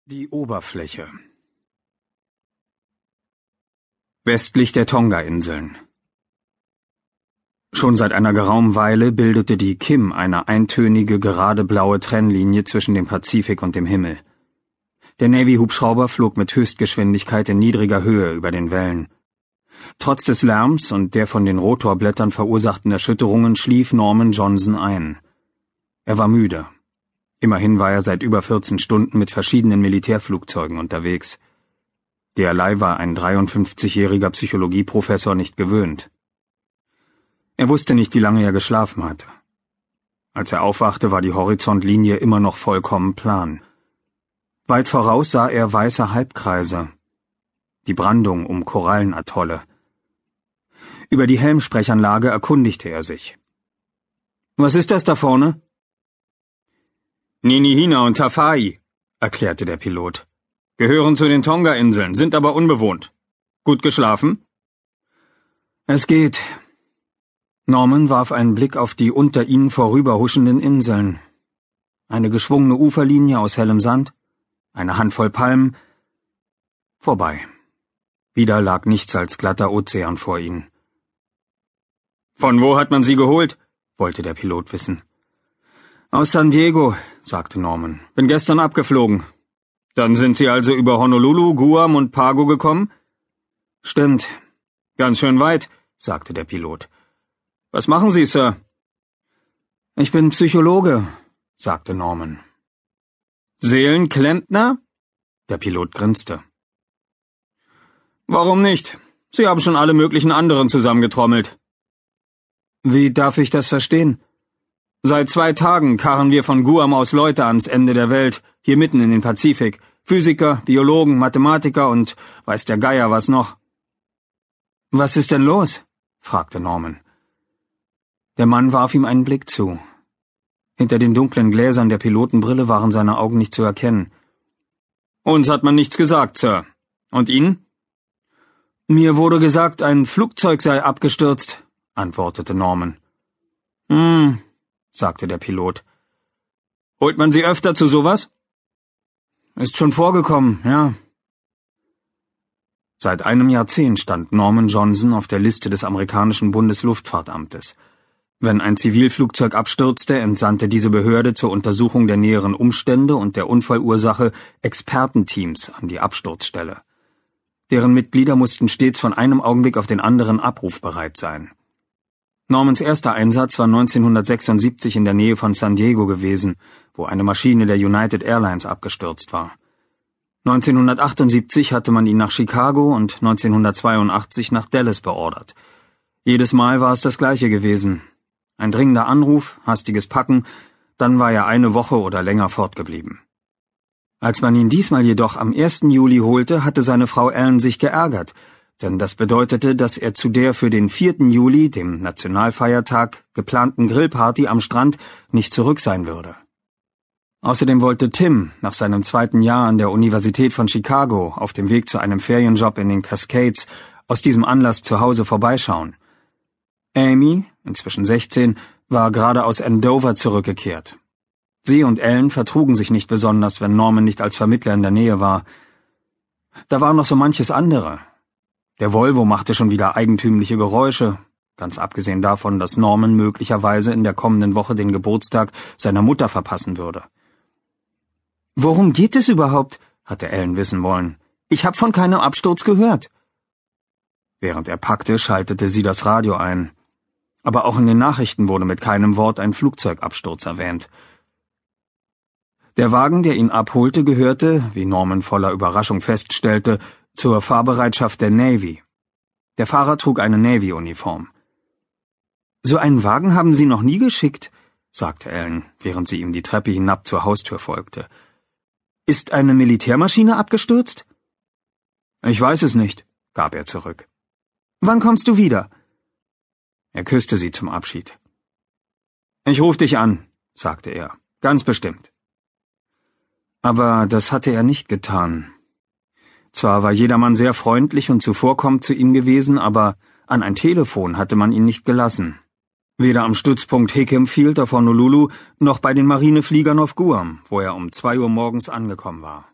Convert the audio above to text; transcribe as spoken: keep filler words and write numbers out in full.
Die Oberfläche. Westlich der Tonga-Inseln. Schon seit einer geraumen Weile bildete die Kim eine eintönige, gerade blaue Trennlinie zwischen dem Pazifik und dem Himmel. Der Navy-Hubschrauber flog mit Höchstgeschwindigkeit in niedriger Höhe über den Wellen. Trotz des Lärms und der von den Rotorblättern verursachten Erschütterungen schlief Norman Johnson ein. Er war müde. Immerhin war er seit über vierzehn Stunden mit verschiedenen Militärflugzeugen unterwegs. Derlei war ein dreiundfünfzigjähriger Psychologieprofessor nicht gewöhnt. Er wusste nicht, wie lange er geschlafen hatte. Als er aufwachte, war die Horizontlinie immer noch vollkommen plan. Weit voraus sah er weiße Halbkreise, die Brandung um Korallenatolle. Über die Helmsprechanlage erkundigte er sich. »Was ist das da vorne?« »Ninihina und Tafai«, erklärte der Pilot. »Gehören zu den Tonga-Inseln, sind aber unbewohnt. Gut geschlafen?« »Es geht.« Norman warf einen Blick auf die unter ihnen vorüberhuschenden Inseln. Eine geschwungene Uferlinie aus hellem Sand, eine Handvoll Palmen. Vorbei. Wieder lag nichts als glatter Ozean vor ihnen. »Von wo hat man Sie geholt?« wollte der Pilot wissen. »Aus San Diego«, sagte Norman. »Bin gestern abgeflogen.« »Dann sind Sie also über Honolulu, Guam und Pago gekommen?« »Stimmt.« »Ganz schön weit«, sagte der Pilot. »Was machen Sie, Sir?« »Ich bin Psychologe«, sagte Norman. »Seelenklempner?« Der Pilot grinste. »Warum nicht? Sie haben schon alle möglichen anderen zusammengetrommelt.« »Wie darf ich das verstehen?« »Seit zwei Tagen karren wir von Guam aus Leute ans Ende der Welt, hier mitten in den Pazifik. Physiker, Biologen, Mathematiker und weiß der Geier was noch.« »Was ist denn los?« fragte Norman. Der Mann warf ihm einen Blick zu. Hinter den dunklen Gläsern der Pilotenbrille waren seine Augen nicht zu erkennen. »Uns hat man nichts gesagt, Sir. Und Ihnen?« »Mir wurde gesagt, ein Flugzeug sei abgestürzt«, antwortete Norman. »Hm«, sagte der Pilot. »Holt man Sie öfter zu sowas?« »Ist schon vorgekommen, ja.« Seit einem Jahrzehnt stand Norman Johnson auf der Liste des amerikanischen Bundesluftfahrtamtes. Wenn ein Zivilflugzeug abstürzte, entsandte diese Behörde zur Untersuchung der näheren Umstände und der Unfallursache Expertenteams an die Absturzstelle. Deren Mitglieder mussten stets von einem Augenblick auf den anderen abrufbereit sein. Normans erster Einsatz war neunzehnhundertsechsundsiebzig in der Nähe von San Diego gewesen, wo eine Maschine der United Airlines abgestürzt war. neunzehnhundertachtundsiebzig hatte man ihn nach Chicago und neunzehnhundertzweiundachtzig nach Dallas beordert. Jedes Mal war es das Gleiche gewesen. Ein dringender Anruf, hastiges Packen, dann war er eine Woche oder länger fortgeblieben. Als man ihn diesmal jedoch am ersten Juli holte, hatte seine Frau Ellen sich geärgert, denn das bedeutete, dass er zu der für den vierten Juli, dem Nationalfeiertag, geplanten Grillparty am Strand nicht zurück sein würde. Außerdem wollte Tim nach seinem zweiten Jahr an der Universität von Chicago auf dem Weg zu einem Ferienjob in den Cascades aus diesem Anlass zu Hause vorbeischauen. Amy, inzwischen sechzehn, war gerade aus Andover zurückgekehrt. Sie und Ellen vertrugen sich nicht besonders, wenn Norman nicht als Vermittler in der Nähe war. Da war noch so manches andere. Der Volvo machte schon wieder eigentümliche Geräusche, ganz abgesehen davon, dass Norman möglicherweise in der kommenden Woche den Geburtstag seiner Mutter verpassen würde. »Worum geht es überhaupt?« hatte Ellen wissen wollen. »Ich hab von keinem Absturz gehört.« Während er packte, schaltete sie das Radio ein. Aber auch in den Nachrichten wurde mit keinem Wort ein Flugzeugabsturz erwähnt. Der Wagen, der ihn abholte, gehörte, wie Norman voller Überraschung feststellte, zur Fahrbereitschaft der Navy. Der Fahrer trug eine Navy-Uniform. »So einen Wagen haben Sie noch nie geschickt«, sagte Ellen, während sie ihm die Treppe hinab zur Haustür folgte. »Ist eine Militärmaschine abgestürzt?« »Ich weiß es nicht«, gab er zurück. »Wann kommst du wieder?« Er küsste sie zum Abschied. »Ich ruf dich an«, sagte er, »ganz bestimmt.« Aber das hatte er nicht getan. Zwar war jedermann sehr freundlich und zuvorkommend zu ihm gewesen, aber an ein Telefon hatte man ihn nicht gelassen. Weder am Stützpunkt Hickam Field auf Honolulu noch bei den Marinefliegern auf Guam, wo er um zwei Uhr morgens angekommen war.